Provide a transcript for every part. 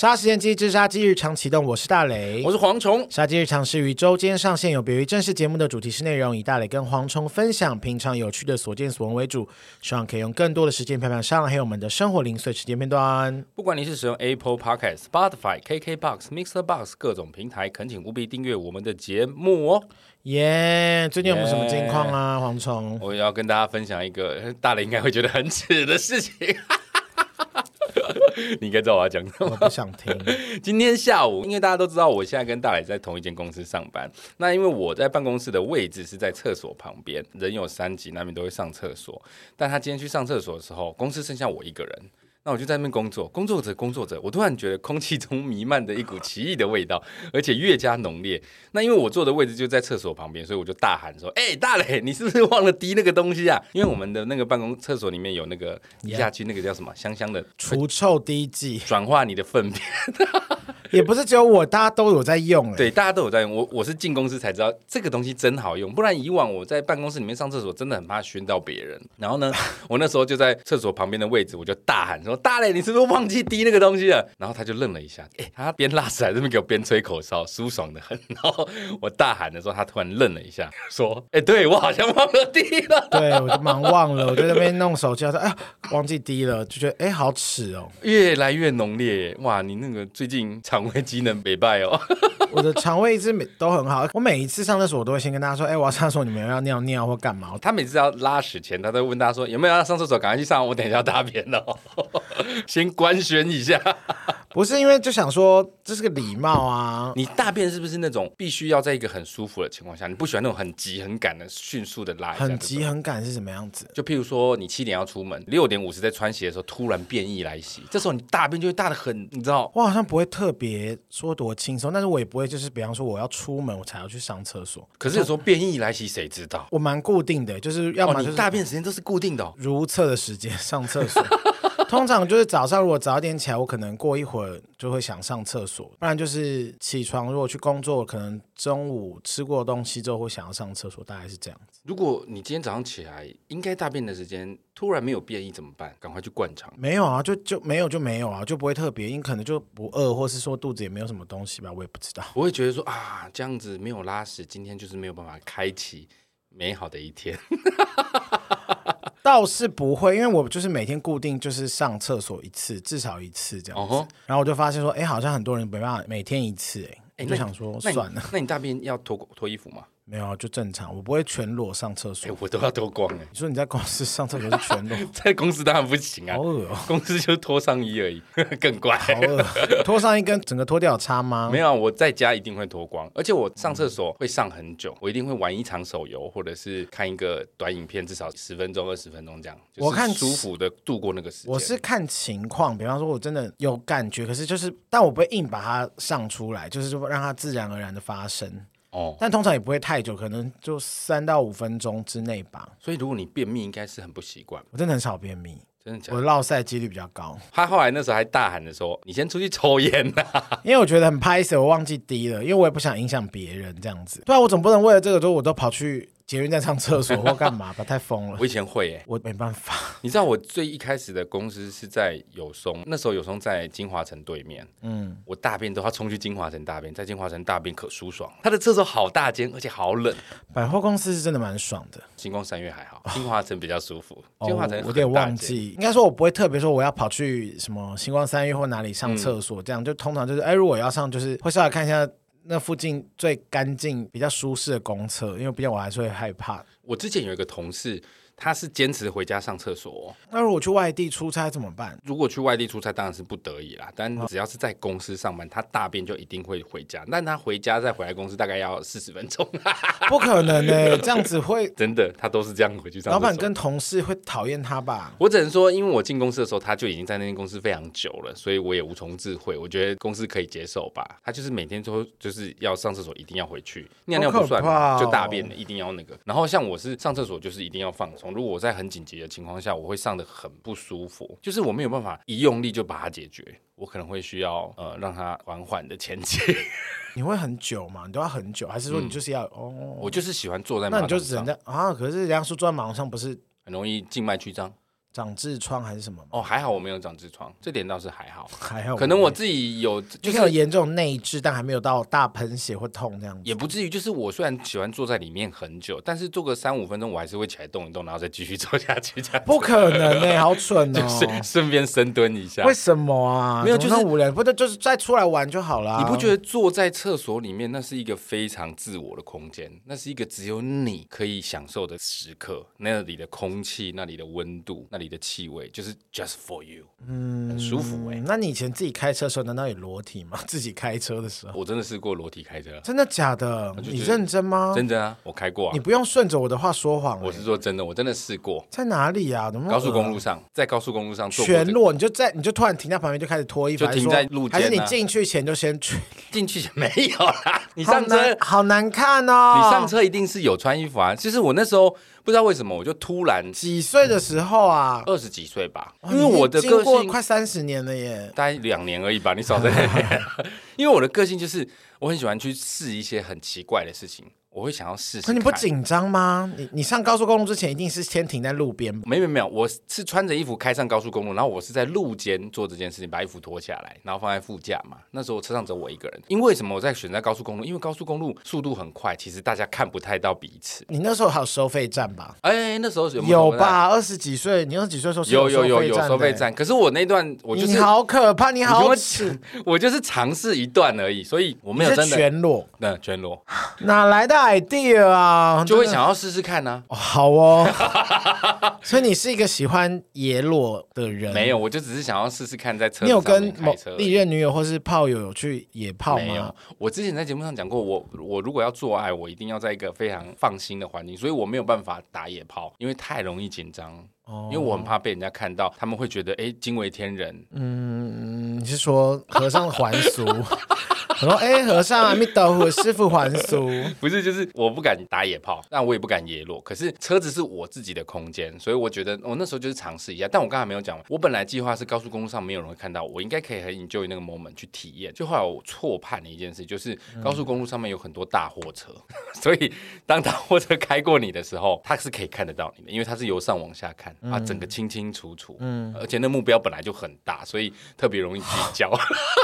杀时间机之杀鸡日常启动，我是大雷， 我是蝗虫。 杀鸡日常是于周间上线，有别于正式节目的主题式内容，以大雷跟蝗虫分享平常有趣的所见所闻为主，希望可以用更多的时间陪伴上黑我们的生活零碎时间片段。 不管你是使用 Apple Podcast、Spotify、KKBox、MixerBox 各种平台，恳请务必订阅我们的节目哦。 耶、最近有没有什么近况啊，蝗虫？ 我要跟大家分享一个大雷应该会觉得很耻的事情。你应该知道我要讲什么。 我不想听。 今天下午，因为大家都知道我现在跟大雷在同一间公司上班，那因为我在办公室的位置是在厕所旁边，人有3级，那边都会上厕所。但他今天去上厕所的时候，公司剩下我一个人。那我就在那边工作着，我突然觉得空气中弥漫的一股奇异的味道，而且越加浓烈。那因为我坐的位置就在厕所旁边，所以我就大喊说：“大雷，你是不是忘了滴那个东西啊？”因为我们的那个办公厕所里面有那个滴下去那个叫什么香香的除臭滴剂， 转化你的粪便。 也不是只有我，大家都有在用。 对，大家都有在用。我是进公司才知道这个东西真好用，不然以往我在办公室里面上厕所真的很怕熏到别人。然后呢，我那时候就在厕所旁边的位置，我就大喊说：“大雷，你是不是忘记滴那个东西了？”然后他就愣了一下，他边拉屎还这边给我边吹口哨，舒爽的很。然后我大喊的时候，他突然愣了一下，说：“对，我好像忘了滴了。” 对，我就忙忘了，我就在那边弄手机，说：“忘记滴了。”就觉得好耻哦， 越来越浓烈。哇，你那个最近肠胃机能北败哦。 我的肠胃一直都很好，我每一次上厕所我都会先跟大家说：“我要上厕所，你们要尿尿或干嘛？” 他每次要拉屎前，他都会问大家说：“有没有要上厕所？赶快去上，我等一下要大便了。”先官宣一下。 不是因为就想说这是个礼貌啊。 你大便是不是那种必须要在一个很舒服的情况下？你不喜欢那种很急很赶的迅速的拉一下？ 很急很赶是什么样子？ 就譬如说你7点要出门，6点50在穿鞋的时候突然变异来袭，这时候你大便就会大得很，你知道？ 我好像不会特别说多轻松，但是我也不会就是比方说我要出门我才要去上厕所。 可是有时候变异来袭谁知道？ 我蛮固定的，就是要么就是你大便时间都是固定的如厕的时间上厕所。通常就是早上如果早点起来，我可能过一会儿就会想上厕所，不然就是起床如果去工作，可能中午吃过东西之后会想要上厕所，大概是这样子。 如果你今天早上起来应该大便的时间突然没有变异怎么办？赶快去灌肠。 没有啊，就没有就没有啊，就不会特别，因为可能就不饿，或是说肚子也没有什么东西吧，我也不知道。 我会觉得说这样子没有拉屎，今天就是没有办法开启美好的一天。 倒是不会，因为我就是每天固定就是上厕所一次，至少一次这样子。然后我就发现说，好像很多人没办法每天一次，我就想说算了。 那你大便要脱衣服吗？ 没有，就正常，我不会全裸上厕所。 我都要脱光。 你说你在公司上厕所是全裸？ 在公司当然不行啊， 好恶哦。 公司就脱上衣而已，更怪。 好恶，脱上衣跟整个脱掉有差吗？ 没有，我在家一定会脱光，而且我上厕所会上很久，我一定会玩一场手游，或者是看一个短影片，至少10分钟、20分钟这样，就是舒服的度过那个时间。 我是看情况，比方说我真的有感觉，可是但我不会硬把它上出来，就是让它自然而然的发生。但通常也不会太久，可能就3到5分钟之内吧。 所以如果你便秘，应该是很不习惯。 我真的很少便秘， 真的假的？ 我落赛几率比较高。 他后来那时候还大喊的说：“你先出去抽烟啊！” 因为我觉得很拍死，我忘记滴了，因为我也不想影响别人这样子。对啊，我总不能为了这个，我都跑去捷运站上厕所或干嘛吧，太疯了。 我以前会我没办法。 你知道我最一开始的公司是在友松，那时候友松在金华城对面。我大便都要冲去金华城大便，在金华城大便可舒爽。他的厕所好大间，而且好冷。 百货公司是真的蛮爽的。 星光三月还好，金华城比较舒服。金华城我有点忘记，应该说我不会特别说我要跑去什么星光三月或哪里上厕所，这样就通常就是如果要上，就是会稍微看一下那附近最干净、比较舒适的公厕，因为毕竟我还是会害怕。 我之前有一个同事，他是坚持回家上厕所那如果去外地出差怎么办？ 如果去外地出差当然是不得已啦，但只要是在公司上班，他大便就一定会回家，但他回家再回来公司大概要40分钟。 不可能这样子会真的，他都是这样回去上厕所。 老板跟同事会讨厌他吧？ 我只能说，因为我进公司的时候他就已经在那间公司非常久了，所以我也无从置喙，我觉得公司可以接受吧。他就是每天都就是要上厕所一定要回去，尿尿不算就大便一定要那个。然后像我是上厕所就是一定要放松，如果我在很紧急的情况下，我会上得很不舒服，就是我没有办法一用力就把它解决，我可能会需要让它缓缓的前进。 你会很久吗？你都要很久，还是说你就是要我就是喜欢坐在马桶上。 那你就只能在可是人家说坐在马桶上不是很容易静脉曲张？ 长痔疮还是什么吗？ 哦，还好我没有长痔疮，这点倒是还好。 还好， 可能我自己有， 就是有严重内痔，但还没有到大喷血或痛这样子。 也不至于，就是我虽然喜欢坐在里面很久，但是坐个3-5分钟，我还是会起来动一动，然后再继续坐下去。这样不可能好蠢哦！ 就是顺便深蹲一下。 为什么啊？ 没有，就是无聊，不就是再出来玩就好了。 你不觉得坐在厕所里面，那是一个非常自我的空间，那是一个只有你可以享受的时刻，那里的空气，那里的温度，那里的气味，就是 just for you，很舒服那你以前自己开车的时候，难道有裸体吗？自己开车的时候， 我真的试过裸体开车。 真的假的？你认真吗？ 真的啊，我开过啊。 你不用顺着我的话说谎。 我是说真的，我真的试过。 在哪里啊？ 高速公路上，在高速公路上做全裸，你就突然停在旁边就开始脱衣服， 就停在路肩， 还是你进去前就先进去前没有啦？你上车好难看哦！ 你上车一定是有穿衣服啊。其实我那时候不知道为什么，我就突然几岁的时候啊 ，20几岁吧，因为我的个性经过快30年了耶， 大概2年而已吧，你少在那边。因为我的个性就是我很喜欢去试一些很奇怪的事情。我会想要试试看。 可你不紧张吗？你上高速公路之前一定是先停在路边。 没有，我是穿着衣服开上高速公路，然后我是在路肩做这件事情，把衣服脱下来，然后放在副驾嘛。那时候车上只有我一个人。因为什么我在选择高速公路？因为高速公路速度很快，其实大家看不太到彼此。 你那时候还有收费站吧？ 那时候有吧？20几岁，你20几岁的时候是有收费站。可是我那段我就是你好可怕，你好耻！ 我就是尝试一段而已，所以我没有真的全裸。 全裸， 哪来的 idea 啊？ 就会想要试试看呢。 好哦，所以你是一个喜欢野裸的人？ 没有，我就只是想要试试看在车。 你有跟历任女友或是炮友有去野炮吗？ 没有，我之前在节目上讲过，我如果要做爱，我一定要在一个非常放心的环境，所以我没有办法打野炮，因为太容易紧张。因为我很怕被人家看到，他们会觉得惊为天人。 你是说和尚还俗？我说和尚阿弥陀佛，师父还俗。 不是，就是我不敢打野炮，但我也不敢野裸。可是车子是我自己的空间，所以我觉得我那时候就是尝试一下。但我刚才没有讲完，我本来计划是高速公路上没有人会看到我，应该可以很 enjoy 那个 moment 去体验。就后来我错判了一件事，就是高速公路上面有很多大货车，所以当大货车开过你的时候，它是可以看得到你的，因为它是由上往下看，整个清清楚楚。而且那目标本来就很大，所以特别容易聚焦。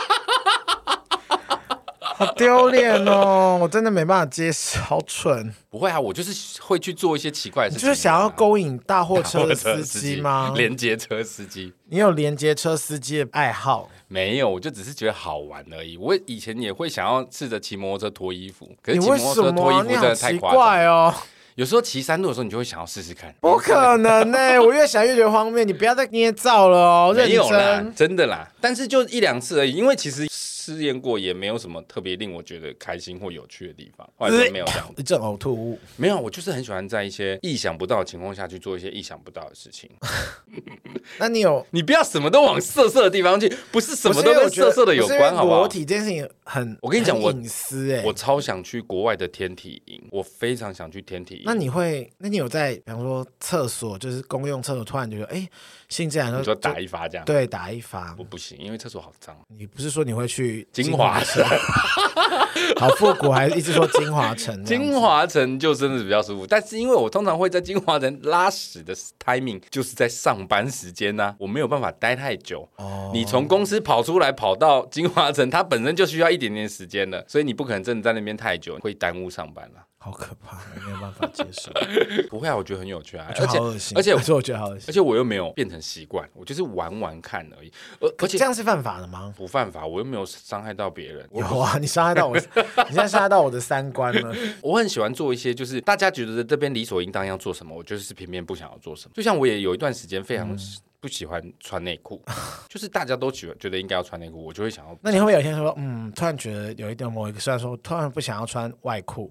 好丢脸哦！我真的没办法接受，好蠢。 不会啊，我就是会去做一些奇怪的事情。 你就是想要勾引大货车的司机吗？ 连接车司机， 你有连接车司机的爱好？ 没有，我就只是觉得好玩而已。我以前也会想要试着骑摩托车脱衣服，可是骑摩托车脱衣服真的太夸张哦。 有时候骑山路的时候，你就会想要试试看。 不可能呢！我越想越觉得荒谬。你不要再捏造了哦， 没有啦，真的啦。但是就1-2次而已，因为其实试验过也没有什么特别令我觉得开心或有趣的地方，后来就没有这样。 一阵呕吐物。 没有，我就是很喜欢在一些意想不到的情况下去做一些意想不到的事情。 那你不要什么都往色色的地方去，不是什么都跟色色的有关，好不好？ 裸体这件事情我跟你讲， 隐私我超想去国外的天体营，我非常想去天体营。 那你有在比方说厕所，就是公用厕所，突然觉得兴致来说， 你说打一发这样？ 对，打一发。 我不行，因为厕所好脏。 你不是说你会去金华城？ 好复古，还是一直说金华城？ 金华城就真的是比较舒服，但是因为我通常会在金华城拉屎的 timing 就是在上班时间啊，我没有办法待太久。你从公司跑出来跑到金华城，它本身就需要一点点时间了，所以你不可能真的在那边太久，会耽误上班了。 好可怕，我没有办法接受。 不会啊，我觉得很有趣啊， 而且我觉得好恶心， 而且我又没有变成习惯，我就是玩玩看而已。而且这样是犯法的吗？ 不犯法，我又没有伤害到别人。 有啊，你伤害到我，你现在伤害到我的3观了。 我很喜欢做一些，就是大家觉得这边理所应当要做什么，我就是偏偏不想要做什么。就像我也有一段时间非常不喜欢穿内裤，就是大家都觉得应该要穿内裤，我就会想要。 那你会不会有一天说，突然觉得有一点某一个虽然说突然不想要穿外裤，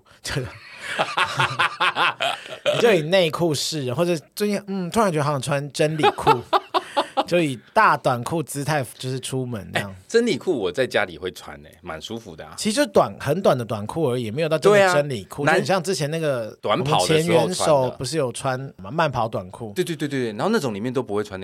你就以内裤示人，或者最近突然觉得好想穿真理裤。就以大短裤姿态就是出门这样。 真理裤我在家里会穿蛮舒服的啊。 其实就很短的短裤而已，没有到真的真理裤。就很像之前那个短跑的时候前元首不是有穿慢跑短裤？ 对，然后那种里面都不会穿内裤，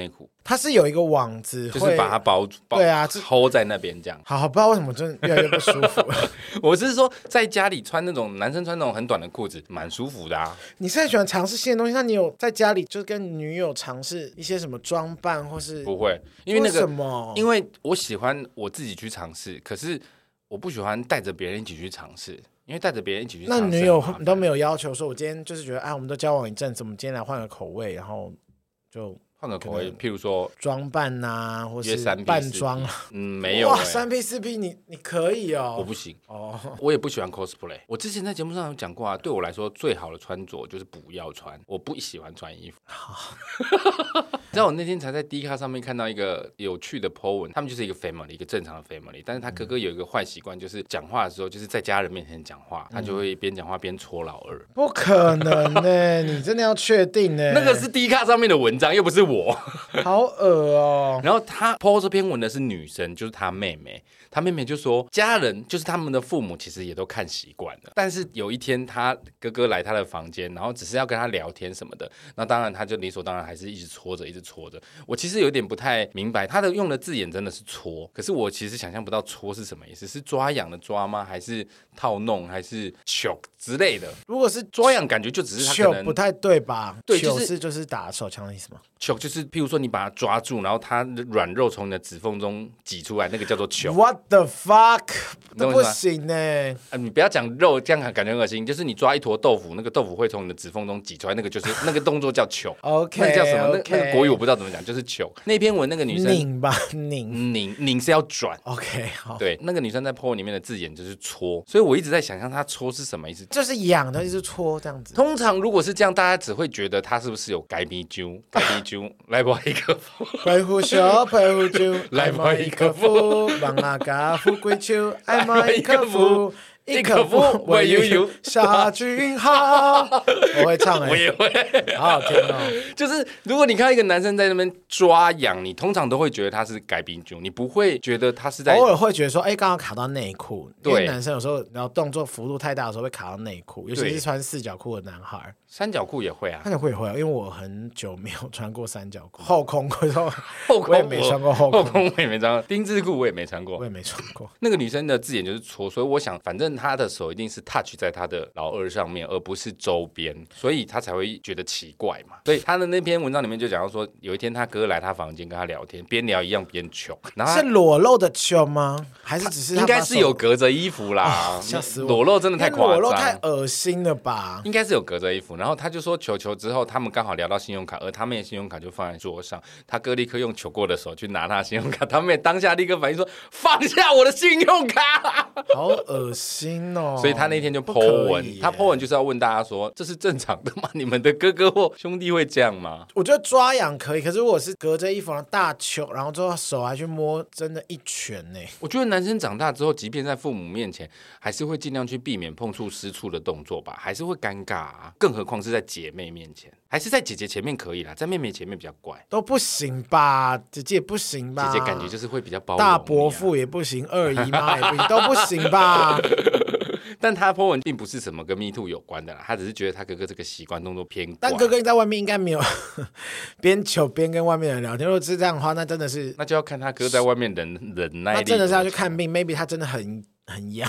它是有一个网子， 就是把它包对啊 hold 在那边这样。 好，不知道为什么真的越来越不舒服。 我是说，在家里穿那种男生穿那种很短的裤子，蛮舒服的啊。 你是很喜欢尝试新的东西，那你有在家里就是跟女友尝试一些什么装扮，或是不会，因为那个什么？ 因为我喜欢我自己去尝试，可是我不喜欢带着别人一起去尝试。因为带着别人一起去尝试， 那女友你都没有要求说，我今天就是觉得，哎，我们都交往一阵子，我们今天来换个口味，然后就换个口味，譬如说装扮啊，或是 3P 扮装。 没有、 哇，3P 4P，你可以哦。 我不行哦，我也不喜欢 cosplay。我之前在节目上有讲过啊，对我来说最好的穿着就是不要穿，我不喜欢穿衣服。你知道我那天才在 Dcard 上面看到一个有趣的 po 文，他们就是一个 family， 一个正常的 family， 但是他哥哥有一个坏习惯，就是讲话的时候就是在家人面前讲话，他就会边讲话边戳老二。 不可能呢，你真的要确定呢？ 那个是 Dcard 上面的文章，又不是我。 好恶哦。 然后他 po 这篇文的是女生，就是他妹妹。他妹妹就说，家人就是他们的父母，其实也都看习惯了。但是有一天，他哥哥来他的房间，然后只是要跟他聊天什么的，那当然他就理所当然还是一直戳着，一直戳着。我其实有点不太明白，他的用的字眼真的是戳，可是我其实想象不到戳是什么意思，是抓痒的抓吗？还是套弄？还是糗之类的？如果是抓痒，感觉就只是他可能不太对吧？ 对， 就是打手枪的意思吗？ 糗就是譬如说你把它抓住，然后它软肉从你的指缝中挤出来，那个叫做糗。 What the fuck？ 这不行呢、 你不要讲肉，这样感觉很恶心。就是你抓一坨豆腐，那个豆腐会从你的指缝中挤出来，那个就是那个动作叫糗。 OK， 那个叫什么？那个国语我不知道怎么讲，就是糗。那篇文那个女生拧吧，拧是要转。 OK， 好。 对，那个女生在 po 里面的字眼就是戳，所以我一直在想象她戳是什么意思， 就是痒的，就是戳这样子。 通常如果是这样，大家只会觉得她是不是有改鼻揪，来吧一个佩服小佩服酒，来嘛一颗福，望阿家富贵秋，爱嘛一颗福。一颗福为悠悠，下君好。我会唱我也会， 好好听哦。 就是如果你看到一个男生在那边抓痒，你通常都会觉得他是改冰酒，你不会觉得他是在偶尔会觉得说，哎，刚好卡到内裤。 对， 因为男生有时候然后动作幅度太大的时候会卡到内裤，尤其是穿4角裤的男孩。 三角裤也会啊， 三角裤也会啊，因为我很久没有穿过三角裤，后空裤我也没穿过后空我也没穿过，丁字裤我也没穿过， 我也没穿过。 那个女生的字眼就是戳，所以我想，反正她的手一定是 touch 在她的老二上面，而不是周边，所以她才会觉得奇怪嘛。所以她的那篇文章里面就讲到说，有一天她哥来她房间跟她聊天，边聊一样边糗，然后是裸露的糗吗？还是只是应该是有隔着衣服啦？ 吓死我！ 裸露真的太夸张， 裸露太恶心了吧？ 应该是有隔着衣服，然后他就说球之后，他们刚好聊到信用卡，而他妹的信用卡就放在桌上，他哥立刻用糗过的手去拿他的信用卡，他妹当下立刻反应说放下我的信用卡， 好恶心哦！ 所以他那天就 po 文，他 po 文就是要问大家说这是正常的吗？你们的哥哥或兄弟会这样吗？ 我觉得抓痒可以，可是如果是隔着衣服然后大糗，然后之后手还去摸，真的一拳呢。 我觉得男生长大之后，即便在父母面前，还是会尽量去避免碰触私处的动作吧，还是会尴尬啊，更何况是在姐妹面前，还是在姐姐前面可以啦，在妹妹前面比较怪， 都不行吧？姐姐也不行吧？ 姐姐感觉就是会比较包容、 大伯父也不行，二姨妈也不行，都不行吧？ 但他 po 文并不是什么跟 Me Too 有关的啦，他只是觉得他哥哥这个习惯动作偏怪。 但哥哥在外面应该没有边糗边跟外面的人聊天，如果是这样的话，那真的是那就要看他哥在外面忍耐力。 那真的是要去看病 ，maybe 他真的很痒。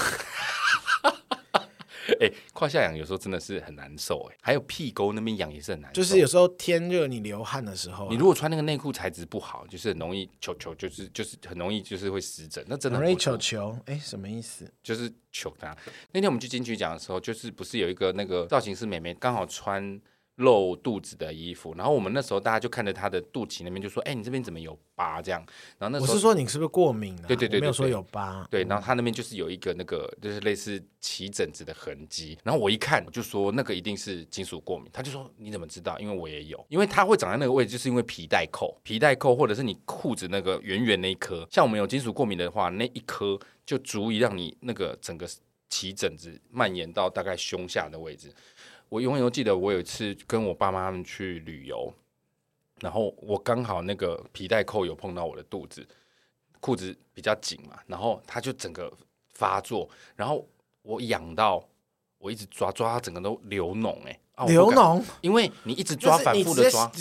胯下痒有时候真的是很难受还有屁沟那边痒也是很难受。 就是有时候天热你流汗的时候你如果穿那个内裤材质不好，就是很容易球，就是很容易就是会湿疹，那真的很容易球，什么意思？ 就是球的。那天我们去金曲奖的时候，就是不是有一个那个造型师妹妹刚好穿露肚子的衣服，然后我们那时候大家就看着她的肚脐那边就说，你这边怎么有疤这样？然后那时候我是说你是不是过敏啊？ 对， 没有说有疤。 对，然后她那边就是有一个那个就是类似起疹子的痕迹，然后我一看我就说那个一定是金属过敏，他就说你怎么知道？因为我也有，因为它会长在那个位置，就是因为皮带扣或者是你裤子那个圆圆那一颗，像我们有金属过敏的话，那一颗就足以让你那个整个起疹子蔓延到大概胸下的位置。我永远都记得，我有一次跟我爸妈他们去旅游，然后我刚好那个皮带扣有碰到我的肚子，裤子比较紧嘛，然后它就整个发作，然后我痒到我一直抓到整个都流脓流脓， 因为你一直抓反复的抓， 直接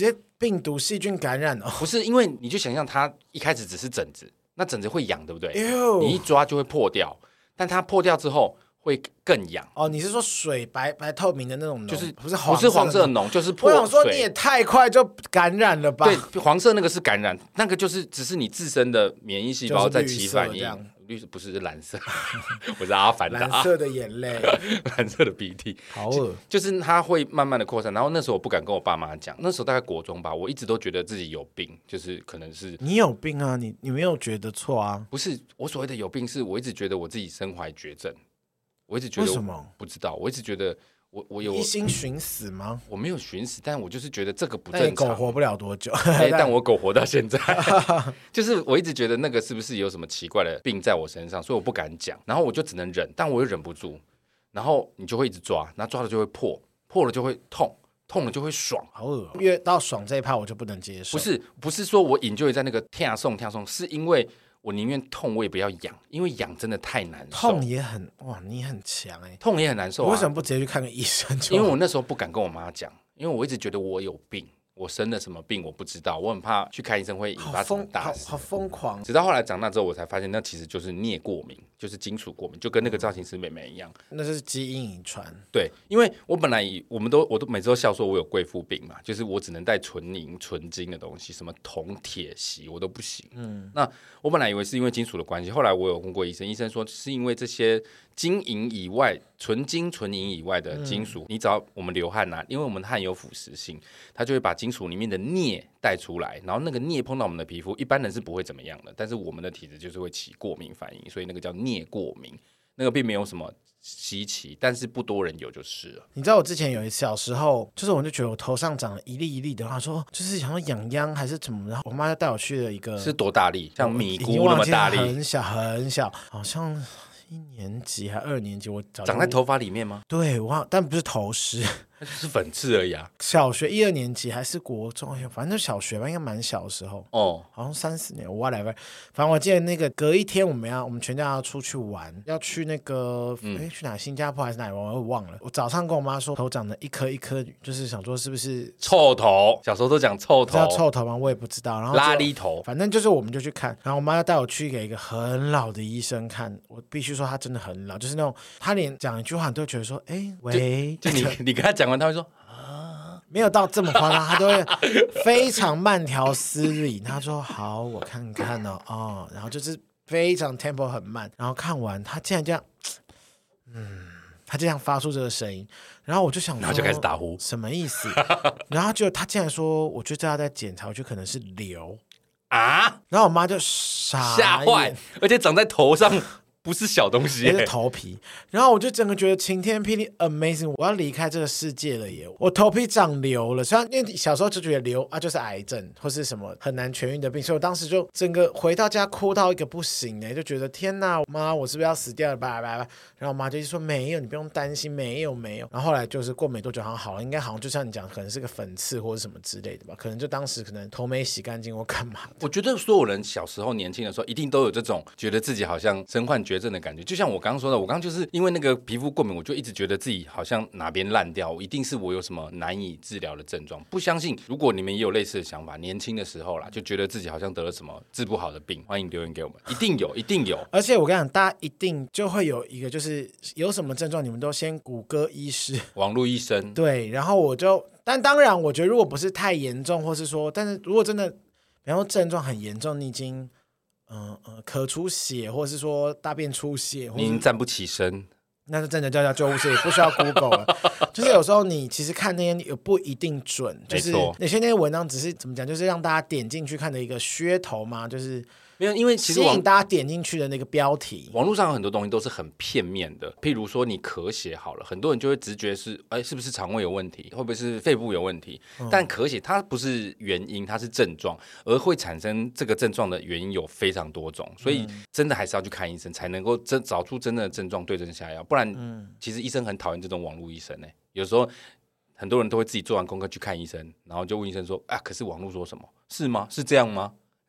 病毒细菌感染哦。 不是，因为你就想象它一开始只是疹子，那疹子会痒，对不对？ 你一抓就会破掉，但它破掉之后会更痒。 哦，你是说水白透明的那种脓， 就是不是黄色的脓，就是破水。 我想说你也太快就感染了吧？ 对，黄色那个是感染，那个就是只是你自身的免疫细胞在起反应。绿色不是蓝色，我是阿凡达。 蓝色的眼泪， 蓝色的鼻涕， 好恶。 就是它会慢慢的扩散。然后那时候我不敢跟我爸妈讲，那时候大概国中吧，我一直都觉得自己有病，就是可能是你有病啊，你没有觉得错啊？ 不是，我所谓的有病是我一直觉得我自己身怀绝症，我一直觉得为什么不知道，我一直觉得我有一心寻死吗？ 我没有寻死，但我就是觉得这个不正常。 狗活不了多久， 但我狗活到现在，就是我一直觉得那个是不是有什么奇怪的病在我身上，所以我不敢讲，然后我就只能忍，但我又忍不住，然后你就会一直抓，然后抓了就会破，破了就会痛，痛了就会爽， 好恶。越到爽这一趴我就不能接受。 不是说我enjoy在那个跳送，是因为我宁愿痛，我也不要痒，因为痒真的太难受。 痛也很哇，你很强哎， 痛也很难受啊。 为什么不直接去看个医生就好？ 因为我那时候不敢跟我妈讲，因为我一直觉得我有病，我生了什么病我不知道，我很怕去看医生会引发什么大事。 好疯狂。 直到后来长大之后，我才发现那其实就是颞过敏，就是金属过敏，就跟那个造型师妹妹一样。 那是基因遗传。 对，因为我本来我都每次都笑说我有贵妇病嘛，就是我只能带纯银、纯金的东西，什么铜、铁、锡我都不行。那我本来以为是因为金属的关系，后来我有问过医生，医生说是因为这些金银以外、纯金、纯银以外的金属，你只要我们流汗啊，因为我们汗有腐蚀性，它就会把金属里面的镍带出来，然后那个镍碰到我们的皮肤，一般人是不会怎么样的，但是我们的体质就是会起过敏反应，所以那个叫镍过敏，那个并没有什么稀奇，但是不多人有就是了。 你知道我之前有一次小时候，就是我就觉得我头上长了一粒一粒的，他说就是想要痒痒还是怎么，然后我妈就带我去了一个， 是多大力？像米菇那么大力？ 很小很小，好像1年级还2年级，我长在头发里面吗？ 对，但不是头虱。 那就是粉刺而已啊。 小学1、2年级还是国中，反正就小学吧，应该蛮小的时候。 哦， 好像3、4年，whatever。反正我记得那个隔一天我们全家要出去玩，要去那个去哪？新加坡还是哪里？我忘了。我早上跟我妈说头长得一颗一颗，就是想说是不是臭头？小时候都讲臭头， 知道臭头吗？我也不知道。然后拉力头， 反正就是我们就去看，然后我妈要带我去给一个很老的医生看。我必须说他真的很老，就是那种他连讲一句话你都觉得说，哎喂， 就你跟他讲完，他会说。 没有到这么夸张，他都会非常慢条斯理。他说好，我看看哦，然后就是非常 tempo 很慢，然后看完他竟然这样，他这样发出这个声音，然后我就想说， 然后就开始打呼， 什么意思？然后就他竟然说，我觉得要再检查，我觉得可能是瘤啊， 然后我妈就吓坏，而且长在头上。不是小东西， 是头皮。然后我就整个觉得晴天霹雳 amazing， 我要离开这个世界了耶！我头皮长瘤了，虽然因为小时候就觉得瘤啊就是癌症或是什么很难痊愈的病，所以我当时就整个回到家哭到一个不行哎，就觉得天哪，妈，我是不是要死掉了？拜拜拜。然后我妈就说没有，你不用担心，没有。然后后来就是过没多久好像好了，应该好像就像你讲，可能是个粉刺或者什么之类的吧，可能就当时可能头没洗干净或干嘛的。 我觉得所有人小时候年轻的时候一定都有这种觉得自己好像身患绝症的感觉，就像我刚刚说的，我刚刚就是因为那个皮肤过敏，我就一直觉得自己好像哪边烂掉，一定是我有什么难以治疗的症状。不相信，如果你们也有类似的想法，年轻的时候啦，就觉得自己好像得了什么治不好的病，欢迎留言给我们，一定有，一定有。 而且我跟你讲，大家一定就会有一个，就是有什么症状，你们都先谷歌医师、 网络医生。 对，然后但当然，我觉得如果不是太严重，或是说，但是如果真的，比方说症状很严重，你已经咳出血，或是说大便出血， 你已经站不起身， 那就真的叫救护车，也不需要 Google 了。就是有时候你其实看那些也不一定准，就是那些文章只是怎么讲，就是让大家点进去看的一个噱头嘛，就是没有，因为其实吸引大家点进去的那个标题。 网络上有很多东西都是很片面的，譬如说你咳血好了，很多人就会直觉是，是不是肠胃有问题，会不会是肺部有问题？但咳血它不是原因，它是症状，而会产生这个症状的原因有非常多种，所以真的还是要去看医生，才能够找出真正的症状，对症下药。不然，其实医生很讨厌这种网络医生有时候很多人都会自己做完功课去看医生，然后就问医生说，可是网络说什么？是吗？是这样吗？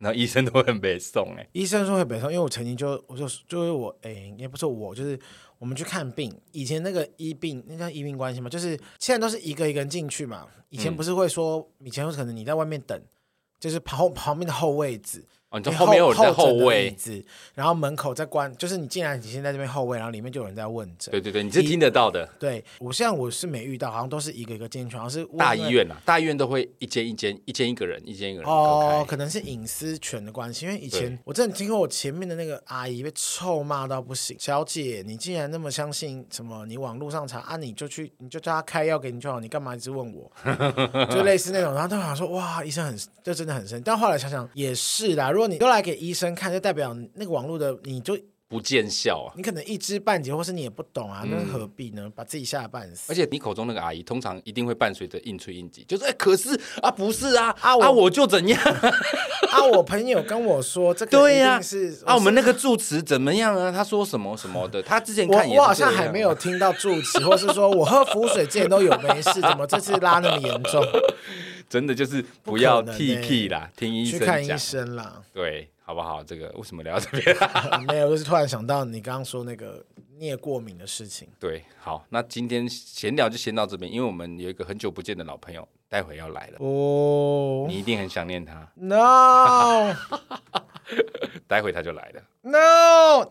然后医生都很北宋医生说会北宋，因为我曾经就是我也不是我，就是我们去看病，以前那个医病那叫医病关系嘛，就是现在都是一个一个人进去嘛，以前不是会说，以前可能你在外面等，就是旁边的后位置。 你说后面有人在后位椅子，然后门口在关，就是你进来，你先在这边后位，然后里面就有人在问诊。 对对对，你是听得到的。 对，我是没遇到，好像都是一个一个进去，好像是大医院大医院都会一间一个人哦， 可能是隐私权的关系，因为以前我真的听过我前面的那个阿姨被臭骂到不行，小姐，你既然那么相信什么，你网络上查啊，你就叫他开药给你就好，你干嘛一直问我？就类似那种，然后他好像说哇，医生就真的很深，但后来想想也是啦，如果你都来给医生看，就代表那个网络的你就不见效啊！ 你可能一知半解，或是你也不懂啊，那何必呢？把自己吓得半死。 而且你口中那个阿姨，通常一定会伴随着应催应急，就是可是啊，不是啊，我就怎样啊？我朋友跟我说这个一定是我们那个住持怎么样啊？他说什么什么的，他之前看也是我好像还没有听到住持，或是说我喝符水之前都有没事，怎么这次拉那么严重？ 真的就是不要 T 啦，听医生去看医生啦， 对，好不好？这个为什么聊到这边？ 没有，就是突然想到你刚刚说那个你也过敏的事情。 对，好，那今天闲聊就先到这边，因为我们有一个很久不见的老朋友，待会要来了哦，你一定很想念他。 No， 待会他就来了。 No。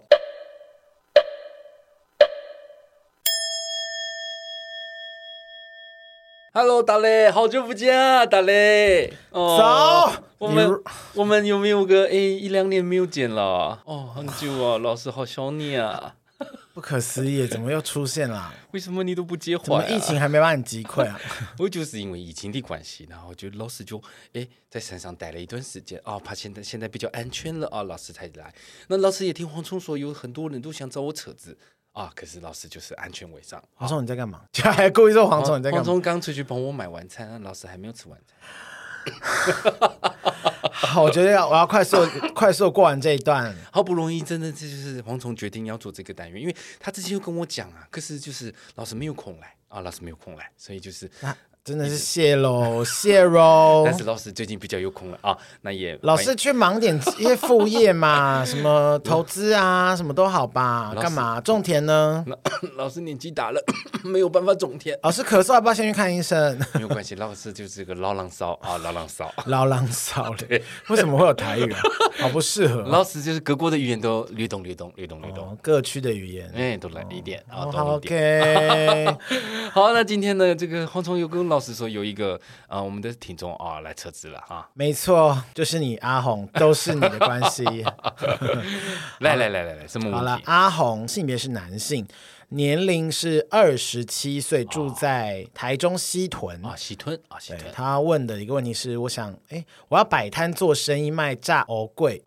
Hello， 大雷，好久不见啊，大雷。 早， 我们有没有个1-2年没有见了？哦，很久啊，老师好想你啊。 不可思议，怎么又出现了？ 为什么你都不接话怎么疫情还没把你击溃啊？ 我就是因为疫情的关系，然后就老师就在山上待了一段时间怕现在比较安全了老师才来。那老师也听黄聪说，有很多人都想找我测字。可是老师就是安全为上。 黄聪你在干嘛？还故意说黄聪你在干嘛？ 黄聪刚出去帮我买晚餐，老师还没有吃晚餐。 好，我觉得我要快速过完这一段。 好不容易，真的这就是黄聪决定要做这个单元，因为他之前有跟我讲可是就是老师没有空来老师没有空来，所以就是真的是谢喽。 但是老师最近比较有空了那也老师去忙点一些副业嘛，什么投资啊，什么都好吧？干嘛种田呢？ 老师年纪大了，没有办法种田。 老师咳嗽，要不要先去看医生？ 没有关系，老师就是个老狼骚老狼骚对，为什么会有台语好不适合老师就是各国的语言都略懂， 各区的语言都来一点 OK。 好，那今天呢，这个黄聪又跟老师说有一个我们的听众来测字了没错，就是你阿红，都是你的关系。 来，什么问题？ 好了，阿红性别是男性，年龄是27岁，住在台中西屯西屯。 他问的一个问题是，我想我要摆摊做生意，卖炸藕桂，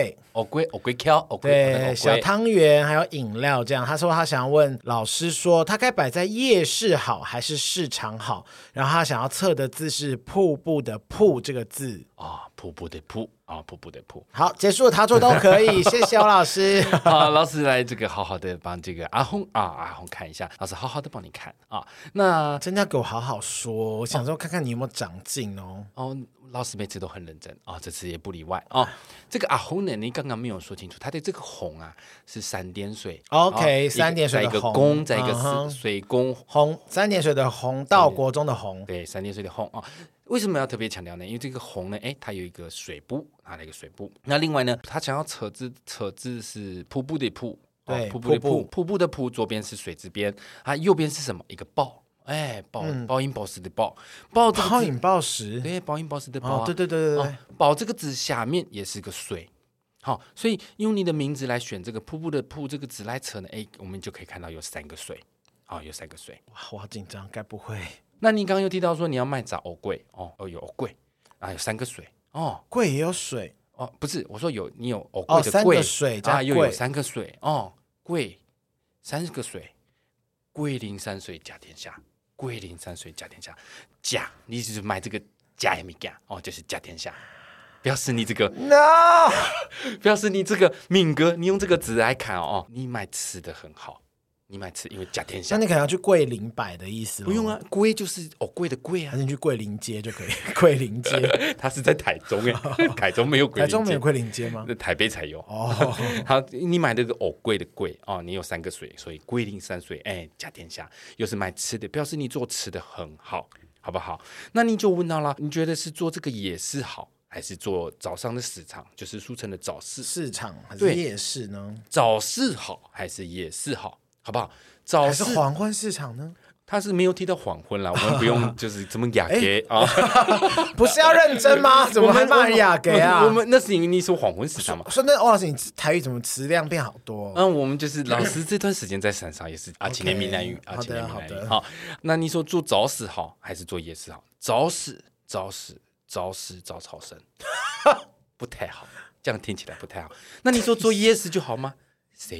对，小汤圆还有饮料这样。他说他想要问老师说，他该摆在夜市好还是市场好？然后他想要测的字是瀑布的瀑这个字瀑布的瀑瀑布的瀑。 好，结束，他做都可以，谢谢老师。 好，老师来这个好好的帮这个阿红看一下，老师好好的帮你看那真的要给我好好说，我想说看看你有没有长进老师每次都很认真这次也不例外这个阿红呢，你刚刚没有说清楚，他的这个红是3点水 ，OK， 3点水的红， 在一个公，在一个水公红，3点水的红，到国中的红， 对，3点水的红为什么要特别强调呢？因为这个红呢，它有一个水部，它的一个水部。那另外呢，他想要测字是瀑布的瀑， 对， 瀑布的瀑，瀑布的瀑，左边是水字边右边是什么？一个暴。暴饮暴食的暴饮暴食， 对，暴饮暴食的暴对， 暴这个字下面也是个水，所以用你的名字来选这个瀑布的瀑这个字来测呢，我们就可以看到有3个水，有3个水。 哇，我好紧张，该不会？ 那你刚刚有提到说你要卖炸藕桂有藕桂有3个水桂也有水不是，我说你有藕桂的桂 3个水加又有3个水桂3个水，桂林山水甲天下。桂林山水甲天下，甲你就是买这个甲也没甲就是甲天下，表示你这个 no， 表示你这个敏哥，你用这个字来看你买吃的很好你买吃，因为甲天下。 那你可能要去桂林摆的意思咯。 不用啊，龟就是贵的贵啊， 还是你去桂林街就可以。桂林街， 它是在台中台中没有桂林街， 台中没有桂林街吗？ 那台北才有。 哦， 好，你买这个贵的贵哦，你有3个水，所以龟苓三水，甲天下，又是卖吃的，表示你做吃的很好，好不好？那你就问到了，你觉得是做这个夜市好，还是做早上的市场，就是俗称的早市市场还是夜市呢？ 早市好还是夜市好？好不好？ 还是黄昏市场呢？ 他是没有提到黄昏啦，我们不用就是这么雅给啊， 不是要认真吗？怎么还骂人雅给啊？ 我们那是因为你说黄昏市场嘛。 说那欧老师，你台语怎么词量变好多？ 我们就是老师这段时间在山上也是青年闽南语好的好的。 好，那你说做早市好还是做夜市好？早市早超生，不太好，这样听起来不太好。那你说做夜市就好吗？Say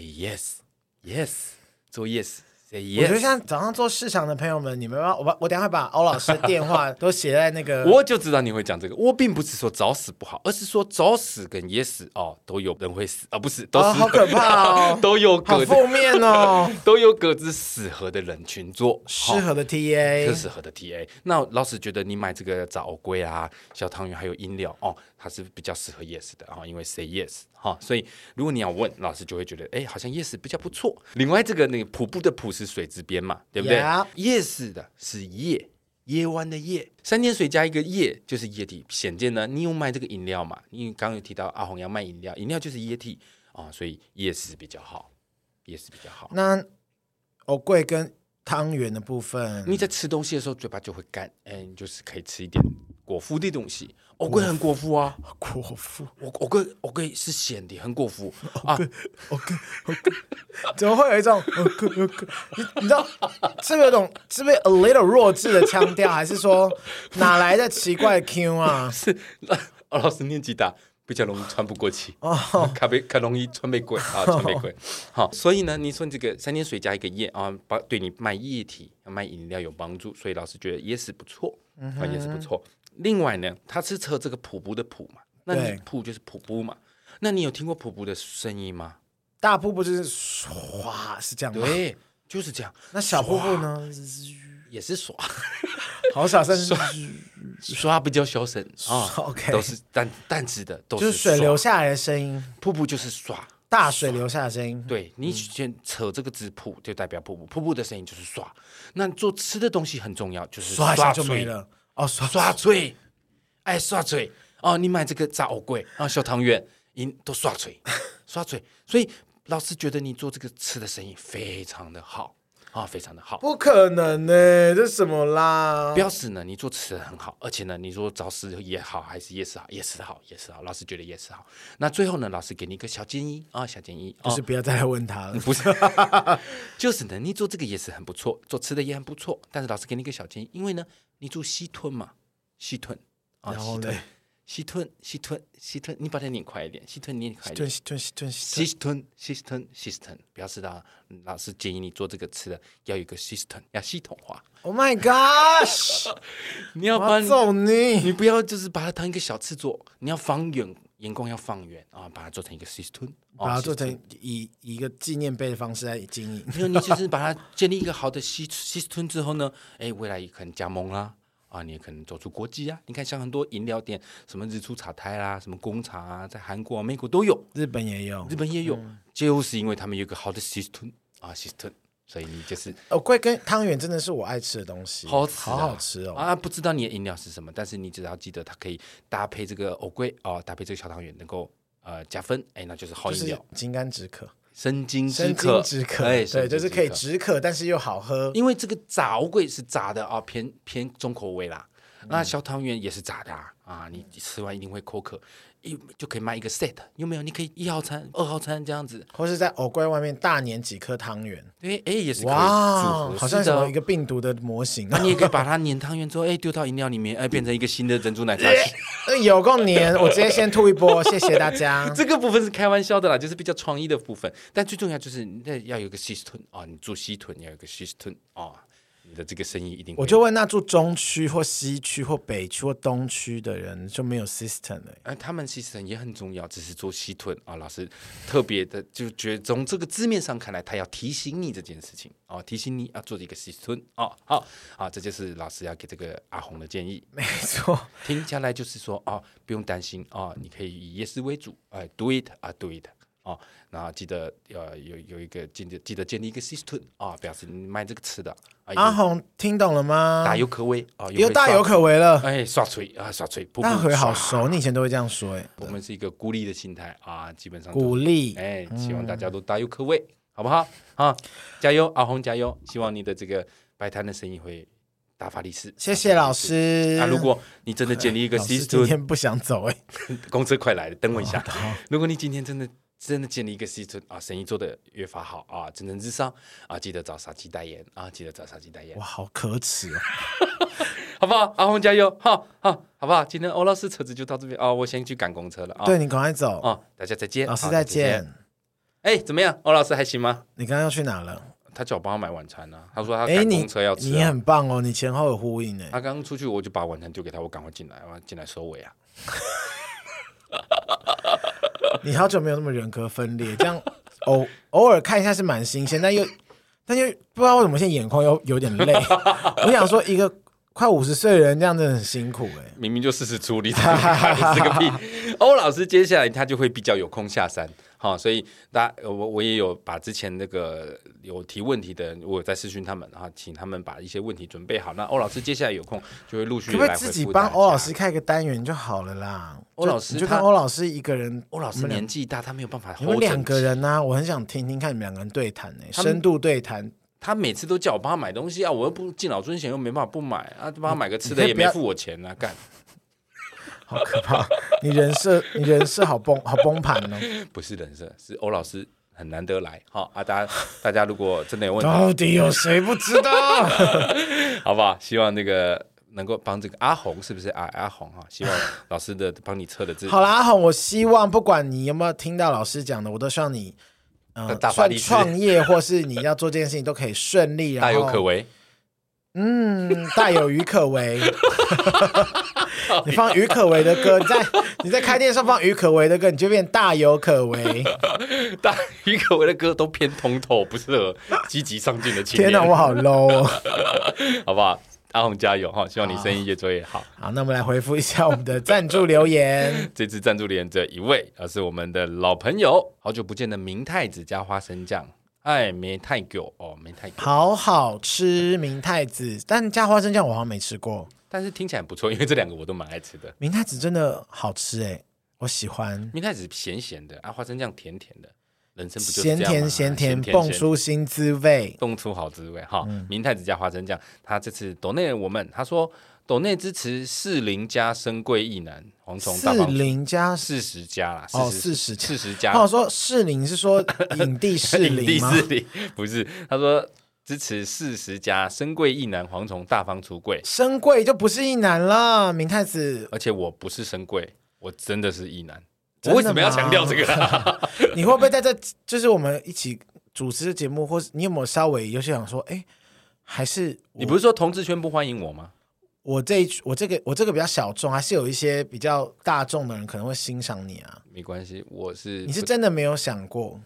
yes，做夜市。Yes. 我觉得像早上做市场的朋友们，你们我等一下会把欧老师的电话都写在那个。 我就知道你会讲这个。我并不是说早死不好，而是说早死跟夜死都有人会死不是都是好可怕哦， 都有好负面哦， 都有各自适合的人群做适合的 TA， 适合的 TA。那老师觉得你买这个炸藕龟啊、小汤圆还有饮料它是比较适合夜市的因为 say yes。所以如果你要问老师，就会觉得好像夜市比较不错。另外那个瀑布的瀑是水之边嘛，对不对？夜市的是夜湾的夜，3点水加一个夜就是液体。显见呢，你有卖这个饮料嘛？因为刚刚有提到阿红要卖饮料，饮料就是液体所以夜市比较好， 那藕桂跟汤圆的部分， 你在吃东西的时候嘴巴就会干，你就是可以吃一点果腹的东西。藕桂很果腹啊， 果腹， 藕桂是咸的，很果腹啊。 藕桂，怎么会有一种你知道是不是有种是不是 a little 弱智的腔调，还是说哪来的奇怪的 Q 啊？ 是老师年纪大，比较容易喘不过气，较容易喘不过好，所以呢，你说这个3点水加一个夜对你卖液体、卖饮料有帮助，所以老师觉得也是不错，也是不错。另外呢，它是测这个瀑布的瀑嘛，那你瀑就是瀑布嘛，那你有听过瀑布的声音吗？ 大瀑布就是唰，是这样吗？ 对，就是这样。 那小瀑布呢？ 也是唰， 好小声， 唰比较小声 OK， 都是淡质的，都是就是水流下来的声音。 瀑布就是唰， 大水流下的声音。 对，你先扯这个字瀑，就代表瀑布，瀑布的声音就是唰。那做吃的东西很重要，就是刷一下就没了。 刷嘴，刷嘴你买这个炸藕桂小汤圆，都刷嘴，所以老师觉得你做这个吃的生意非常的好非常的好。 不可能呢，这是什么啦？ 表示呢，你做吃的很好，而且呢，你说早市也好，还是夜市好，夜市好。老师觉得夜市好。那最后呢，老师给你一个小建议就是不要再来问他了。 不是，就是呢，你做这个夜市很不错，做吃的也很不错，但是老师给你一个小建议，因为呢，你做西吞嘛，西吞然后呢？ 西吞，你把它念快一点，西吞念快一点，西吞，表示到老师建议你做这个吃的要有一个 system， 要系统化。 Oh my gosh！ 你要把揍你不要就是把它当一个小吃做，你要放远，眼光要放远把它做成一个 system， 把它做成以一个纪念碑的方式来经营。 没有，你就是把它建立一个好的 system 之后呢，未来也可能加盟啦。你也可能走出国际啊！你看，像很多饮料店，什么日出茶太啦，什么工厂啊，在韩国、美国都有， 日本也有， 就是因为他们有一个好的 system， 所以你就是藕桂跟汤圆真的是我爱吃的东西， 好吃哦！不知道你的饮料是什么，但是你只要记得它可以搭配这个藕桂搭配这个小汤圆，能够加分，那就是好饮料， 就是金甘止渴。 生津止渴， 对，就是可以止渴，但是又好喝。 因为这个炸藕桂是炸的偏重口味啦。那小汤圆也是炸的你吃完一定会口渴，就可以买一个 set， 有没有？你可以1号餐、2号餐这样子， 或是在藕桂外面大粘几颗汤圆， 对，也是可以哇，好像什么一个病毒的模型。 那你也可以把它粘汤圆之后，丢到饮料里面，变成一个新的珍珠奶茶。 有够黏，我直接先吐一波，谢谢大家。 这个部分是开玩笑的啦，就是比较创意的部分，但最重要就是要有一个西屯你做西屯要有一个西屯你的这个生意一定会。 我就问那住中区或西区或北区或东区的人就没有 system 了。 他们 system 也很重要，只是做西屯啊。老师特别的就觉得从这个字面上看来，他要提醒你这件事情啊，提醒你要做一个西屯啊。好啊，这就是老师要给这个阿红的建议。 没错， 听下来就是说啊，不用担心啊，你可以以 yes 为主，do it 啊 do it。哦，然后记得有一个记得建立一个 system 啊，表示你卖这个吃的。 阿红听懂了吗？ 大有可为啊， 又大有可为了。 刷锤啊，刷锤， 大有可为好熟，你以前都会这样说我们是一个鼓励的心态啊，基本上鼓励。 希望大家都大有可为，好不好？啊，加油，阿红加油！希望你的这个摆摊的生意会大发利市。 谢谢老师。 如果你真的建立一个 system， 今天不想走公车快来了，等我一下。如果你今天真的建立一个 system 啊，生意做得越发好啊，蒸蒸日上啊，记得找杀鸡代言啊，记得找杀鸡代言。 哇，好可耻哦！ 好不好？阿红加油！好不好？今天欧老师车子就到这边啊，我先去赶公车了啊。 对，你赶快走啊，大家再见。 老师再见。 怎么样？欧老师还行吗？ 你刚刚要去哪了？ 他叫我帮他买晚餐啊，他说他赶公车要吃。 你很棒哦，你前后有呼应。 他刚刚出去，我就把晚餐丢给他，我赶快进来，我进来收尾啊。 你好久没有那么人格分裂，这样偶尔看一下是蛮新鲜，但又不知道为什么现在眼眶有点累。我想说，一个快50岁的人这样真的很辛苦明明就40出，你是个屁。欧老师接下来他就会比较有空下山。所以我也有把之前那个有提问题的人，我有在视讯他们，请他们把一些问题准备好。那欧老师接下来有空就会陆续来回复大家。可不可以自己帮欧老师开个单元就好了啦？ 欧老师就跟欧老师一个人， 欧老师年纪大，他没有办法 hold 整齐。 你们2个人啊，我很想听听看你们2个人对谈深度对谈。 他每次都叫我帮他买东西啊，我又不敬老尊贤，又没办法不买啊，帮他买个吃的也没付我钱啊，干。 好可怕！你人设好崩盘哦。 不是人设，是欧老师很难得来。大家如果真的有问题， 到底有谁不知道？ 好不好？希望那个能够帮这个阿红，是不是阿红希望老师的帮你测的字。 好啦，阿红，我希望不管你有没有听到老师讲的，我都希望你算创业或是你要做这件事情都可以顺利，然后大有可为。 大有余可为。你放于可为的歌，你在开店上放于可为的歌，你就变大有可为。 大于可为的歌都偏通透，不适合积极上进的青年。 天哪，我好 low 哦。 好不好？阿红加油希望你生意越做越好。 好，那我们来回复一下我们的赞助留言。 这次赞助留言这一位是我们的老朋友，好久不见的明太子加花生酱。没太久没太久， 好吃明太子，但加花生酱我好像没吃过， 但是听起来不错，因为这2个我都蛮爱吃的。 明太子真的好吃我喜欢。 明太子咸咸的花生酱甜甜的，人生不就是这样吗？ 咸甜蹦出新滋味， 蹦出好滋味明太子加花生酱，他这次抖内我们，他说抖内支持40加深贵一男蝗虫大帮 40加 40加啦 ，40 加。 我说40是说影帝适龄吗？ 不是，他说支持40加深贵一男蝗虫大方出柜。 深贵就不是一男了，明太子。 而且我不是深贵，我真的是一男。我为什么要强调这个？ 你会不会在这就是我们一起主持的节目，或是你有没有稍微有些想说，还是你不是说同志圈不欢迎我吗？ 我这个比较小众，还是有一些比较大众的人可能会欣赏你啊。 没关系，你是真的没有想过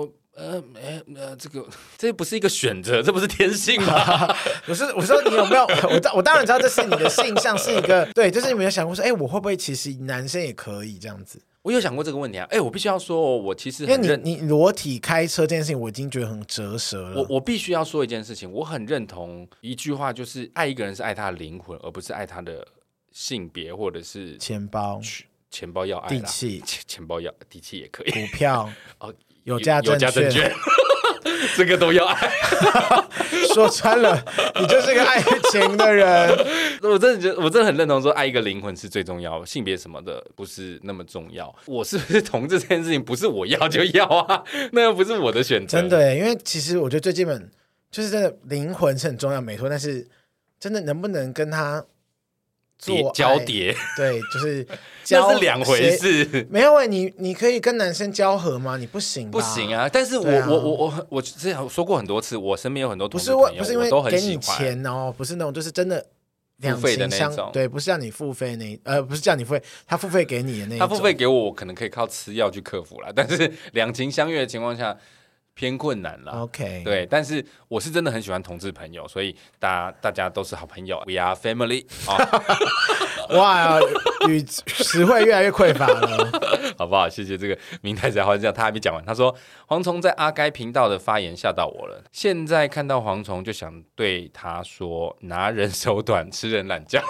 这不是一个选择，这不是天性吗？ 我说你有没有？我当然知道这是你的性向，是一个对，就是你有没有想过说，我会不会其实男生也可以这样子？ 我有想过这个问题啊，我必须要说，我其实因为你裸体开车这件事情，我已经觉得很折舌了。 我必须要说一件事情，我很认同一句话，就是爱一个人是爱他的灵魂，而不是爱他的性别或者是钱包。 钱包要爱啦， 地气， 钱包要地气也可以， 股票有价证券。这个都要爱。 说穿了，你就是个爱情的人。 我真的很认同说，爱一个灵魂是最重要，性别什么的不是那么重要。我是不是同志这件事情，不是我要就要啊，那又不是我的选择。 真的耶，因为其实我觉得最基本就是真的灵魂是很重要，没错。但是真的能不能跟他交叠， 对，就是那是两回事。 没有你可以跟男生交合吗？你不行吧， 不行啊！但是我之前说过很多次，我身边有很多同志朋友， 不是因为我都很给你喜欢钱哦，不是那种就是真的付费的那种， 对，不是叫你付费不是叫你付费，他付费给你的那一种， 他付费给我，我可能可以靠吃药去克服啦，但是两情相悦的情况下。偏困难了 ，OK， 对，但是我是真的很喜欢同志朋友，所以大家都是好朋友 ，We are family 哇，语词汇越来越匮乏了， 好不好？谢谢这个明太子花这样，他还没讲完，他说蝗虫在阿该频道的发言吓到我了，现在看到蝗虫就想对他说，拿人手短，吃人懒觉。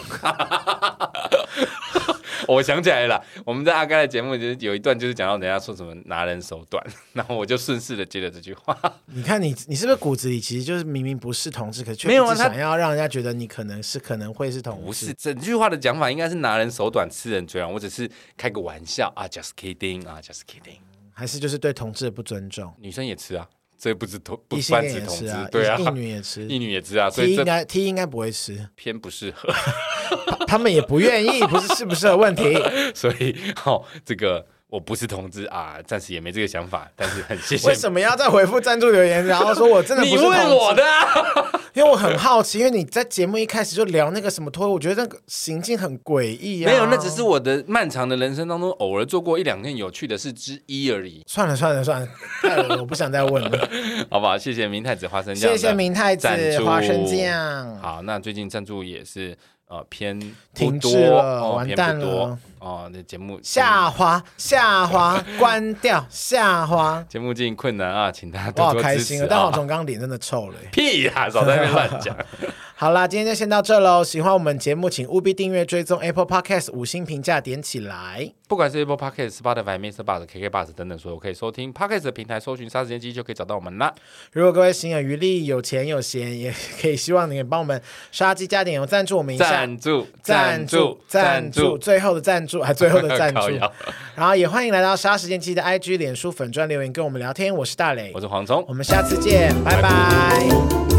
我想起来了，我们在阿该的节目有一段就是讲到人家说什么拿人手短，然后我就顺势的接了这句话。 你看你是不是骨子里其实就是明明不是同志，可却没有啊， 想要让人家觉得你可能会是同志？ 不是，整句话的讲法应该是拿人手短，吃人嘴软。我只是开个玩笑啊 ，just kidding 啊 ，just kidding。 还是就是对同志的不尊重？ 女生也吃啊。这不是不泛指同志， 对啊， 异女也吃， 异女也吃啊，所以 T 应该不会吃， 偏不适合， 他们也不愿意，不是适不适合问题。 所以这个我不是同志啊，暂时也没这个想法，但是很谢谢。 为什么要再回复赞助留言，然后说我真的不是同志？ 你问我的啊。 因为我很好奇，因为你在节目一开始就聊那个什么脱，我觉得那个行径很诡异啊。 没有，那只是我的漫长的人生当中偶尔做过一两件有趣的事之一而已。 算了，太恶了，我不想再问了。 好不好？谢谢明太子花生酱， 谢谢明太子花生酱。 好，那最近赞助也是偏停滞了，完蛋了那节目下滑，关掉下滑。 节目进困难啊，请大家多多支持。 我好开心啊！但黄总刚脸真的臭了。 屁呀，少在那边乱讲。 好啦，今天就先到这喽。喜欢我们节目，请务必订阅、追踪 Apple Podcast， 5星评价点起来。 不管是 Apple Podcast、Spotify、MixerBox、KKBox 等等所有可以收听 Podcast 的平台，搜寻“杀时间机”就可以找到我们啦。 如果各位心有余力、有钱有闲，也可以希望你帮我们杀鸡加点油赞助我们一下。赞助，最后的赞助，还最后的赞助。然后也欢迎来到杀时间机的 IG、脸书粉专留言跟我们聊天。我是大磊， 我是黄忠， 我们下次见，拜拜。